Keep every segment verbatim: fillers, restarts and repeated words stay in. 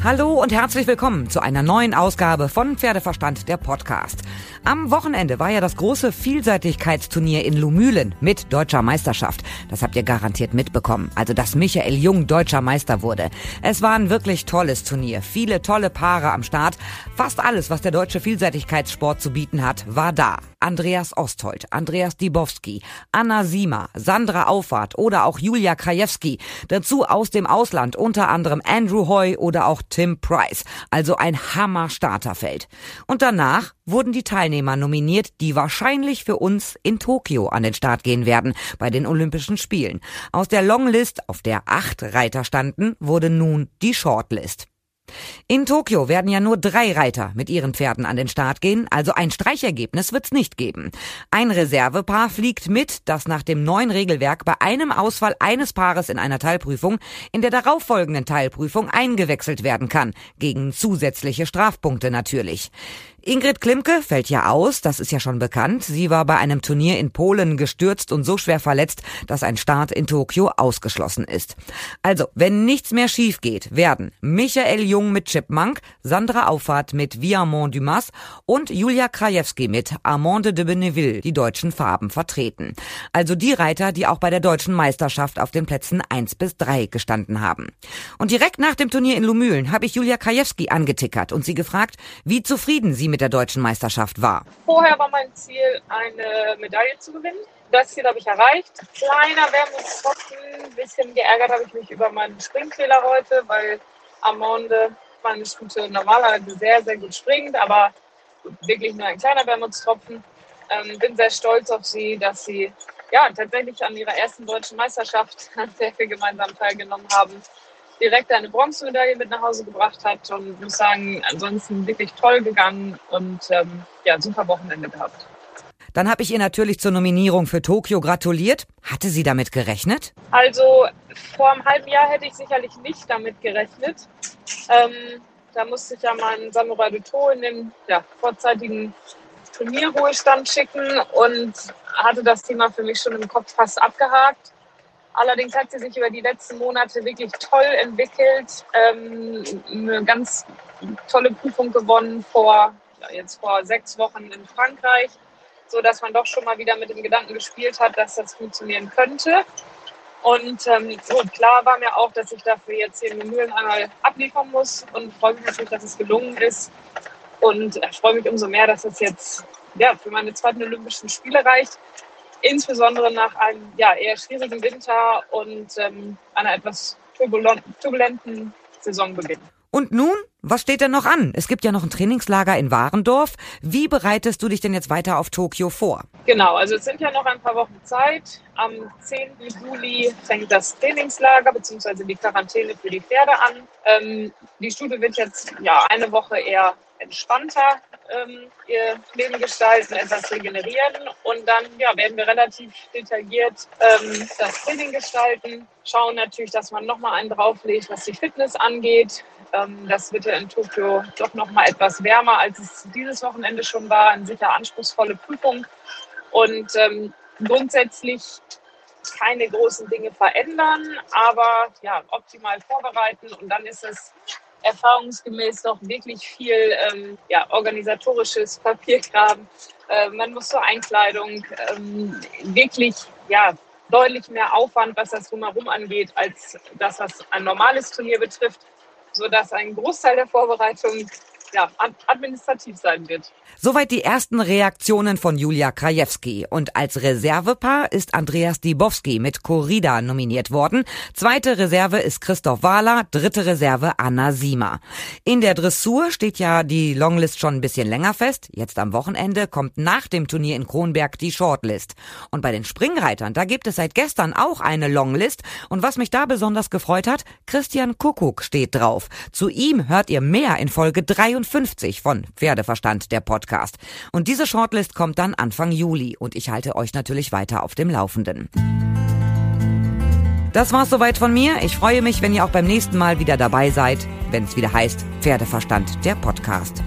Hallo und herzlich willkommen zu einer neuen Ausgabe von Pferdeverstand, der Podcast. Am Wochenende war ja das große Vielseitigkeitsturnier in Lumülen mit deutscher Meisterschaft. Das habt ihr garantiert mitbekommen. Also, dass Michael Jung deutscher Meister wurde. Es war ein wirklich tolles Turnier. Viele tolle Paare am Start. Fast alles, was der deutsche Vielseitigkeitssport zu bieten hat, war da. Andreas Ostholt, Andreas Dibowski, Anna Sima, Sandra Auffahrt oder auch Julia Krajewski. Dazu aus dem Ausland unter anderem Andrew Hoy oder auch Tim Price. Also ein Hammer-Starterfeld. Und danach wurden die Teilnehmer nominiert, die wahrscheinlich für uns in Tokio an den Start gehen werden bei den Olympischen Spielen. Aus der Longlist, auf der acht Reiter standen, wurde nun die Shortlist. In Tokio werden ja nur drei Reiter mit ihren Pferden an den Start gehen, also ein Streichergebnis wird's nicht geben. Ein Reservepaar fliegt mit, das nach dem neuen Regelwerk bei einem Ausfall eines Paares in einer Teilprüfung in der darauffolgenden Teilprüfung eingewechselt werden kann, gegen zusätzliche Strafpunkte natürlich. Ingrid Klimke fällt ja aus, das ist ja schon bekannt. Sie war bei einem Turnier in Polen gestürzt und so schwer verletzt, dass ein Start in Tokio ausgeschlossen ist. Also, wenn nichts mehr schief geht, werden Michael Jung mit Chipmunk, Sandra Auffahrt mit Viamont Dumas und Julia Krajewski mit Armande de Benneville die deutschen Farben vertreten. Also die Reiter, die auch bei der deutschen Meisterschaft auf den Plätzen eins bis drei gestanden haben. Und direkt nach dem Turnier in Lumülen habe ich Julia Krajewski angetickert und sie gefragt, wie zufrieden sie mit der deutschen Meisterschaft war. Vorher war mein Ziel, eine Medaille zu gewinnen. Das Ziel habe ich erreicht. Kleiner Wermutstropfen, ein bisschen geärgert habe ich mich über meinen Springfehler heute, weil Armande, meine Stute, normalerweise sehr, sehr gut springt, aber wirklich nur ein kleiner Wermutstropfen. Ähm, bin sehr stolz auf sie, dass sie ja tatsächlich an ihrer ersten deutschen Meisterschaft, an der wir gemeinsam teilgenommen haben, direkt eine Bronzemedaille mit nach Hause gebracht hat und muss sagen, ansonsten wirklich toll gegangen und ähm, ja, super Wochenende gehabt. Dann habe ich ihr natürlich zur Nominierung für Tokio gratuliert. Hatte sie damit gerechnet? Also vor einem halben Jahr hätte ich sicherlich nicht damit gerechnet. Ähm, da musste ich ja meinen Samurai Duto in den ja, vorzeitigen Turnierruhestand schicken und hatte das Thema für mich schon im Kopf fast abgehakt. Allerdings hat sie sich über die letzten Monate wirklich toll entwickelt, ähm, eine ganz tolle Prüfung gewonnen vor, ja, jetzt vor sechs Wochen in Frankreich, so dass man doch schon mal wieder mit dem Gedanken gespielt hat, dass das funktionieren könnte. Und ähm, so, klar war mir auch, dass ich dafür jetzt hier in den Mühlen einmal abliefern muss und freue mich natürlich, dass es gelungen ist. Und ich freue mich umso mehr, dass es jetzt ja, für meine zweiten Olympischen Spiele reicht. Insbesondere nach einem ja, eher schwierigen Winter und ähm, einer etwas turbulenten Saisonbeginn. Und nun, was steht denn noch an? Es gibt ja noch ein Trainingslager in Warendorf. Wie bereitest du dich denn jetzt weiter auf Tokio vor? Genau, also es sind ja noch ein paar Wochen Zeit. Am zehnten Juli fängt das Trainingslager bzw. die Quarantäne für die Pferde an. Ähm, die Stute wird jetzt ja eine Woche eher entspannter ähm, ihr Leben gestalten, etwas regenerieren und dann ja, werden wir relativ detailliert ähm, das Training gestalten. Schauen natürlich, dass man nochmal einen drauflegt, was die Fitness angeht. Ähm, das wird ja in Tokio doch nochmal etwas wärmer, als es dieses Wochenende schon war. Eine sicher anspruchsvolle Prüfung und ähm, grundsätzlich keine großen Dinge verändern, aber ja, optimal vorbereiten und dann ist es erfahrungsgemäß noch wirklich viel ähm, ja, organisatorisches Papierkram. Äh, man muss zur Einkleidung ähm, wirklich ja, deutlich mehr Aufwand, was das Drumherum angeht, als das, was ein normales Turnier betrifft, sodass ein Großteil der Vorbereitung ja, administrativ sein wird. Soweit die ersten Reaktionen von Julia Krajewski. Und als Reservepaar ist Andreas Dibowski mit Corrida nominiert worden. Zweite Reserve ist Christoph Wahler, dritte Reserve Anna Sima. In der Dressur steht ja die Longlist schon ein bisschen länger fest. Jetzt am Wochenende kommt nach dem Turnier in Kronberg die Shortlist. Und bei den Springreitern, da gibt es seit gestern auch eine Longlist. Und was mich da besonders gefreut hat, Christian Kuckuck steht drauf. Zu ihm hört ihr mehr in Folge dreiundfünfzig von Pferdeverstand, der Podcast. Und diese Shortlist kommt dann Anfang Juli und ich halte euch natürlich weiter auf dem Laufenden. Das war's soweit von mir. Ich freue mich, wenn ihr auch beim nächsten Mal wieder dabei seid, wenn es wieder heißt Pferdeverstand, der Podcast.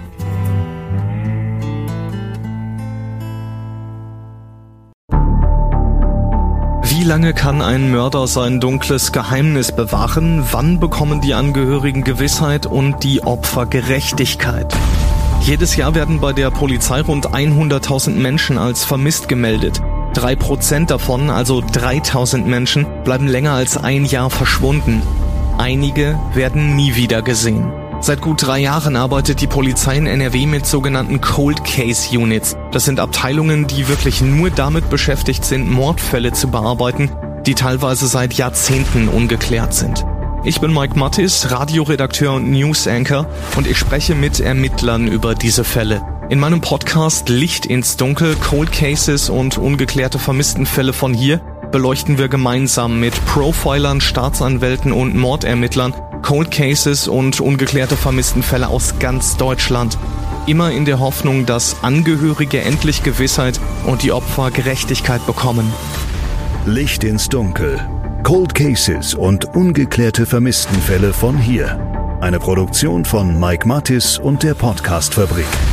Wie lange kann ein Mörder sein dunkles Geheimnis bewahren? Wann bekommen die Angehörigen Gewissheit und die Opfer Gerechtigkeit? Jedes Jahr werden bei der Polizei rund hunderttausend Menschen als vermisst gemeldet. Drei Prozent davon, also dreitausend Menschen, bleiben länger als ein Jahr verschwunden. Einige werden nie wieder gesehen. Seit gut drei Jahren arbeitet die Polizei in N R W mit sogenannten Cold Case Units. Das sind Abteilungen, die wirklich nur damit beschäftigt sind, Mordfälle zu bearbeiten, die teilweise seit Jahrzehnten ungeklärt sind. Ich bin Mike Mattis, Radioredakteur und News Anchor, und ich spreche mit Ermittlern über diese Fälle. In meinem Podcast Licht ins Dunkel, Cold Cases und ungeklärte Vermisstenfälle von hier beleuchten wir gemeinsam mit Profilern, Staatsanwälten und Mordermittlern Cold Cases und ungeklärte Vermisstenfälle aus ganz Deutschland. Immer in der Hoffnung, dass Angehörige endlich Gewissheit und die Opfer Gerechtigkeit bekommen. Licht ins Dunkel. Cold Cases und ungeklärte Vermisstenfälle von hier. Eine Produktion von Mike Mattis und der Podcast-Fabrik.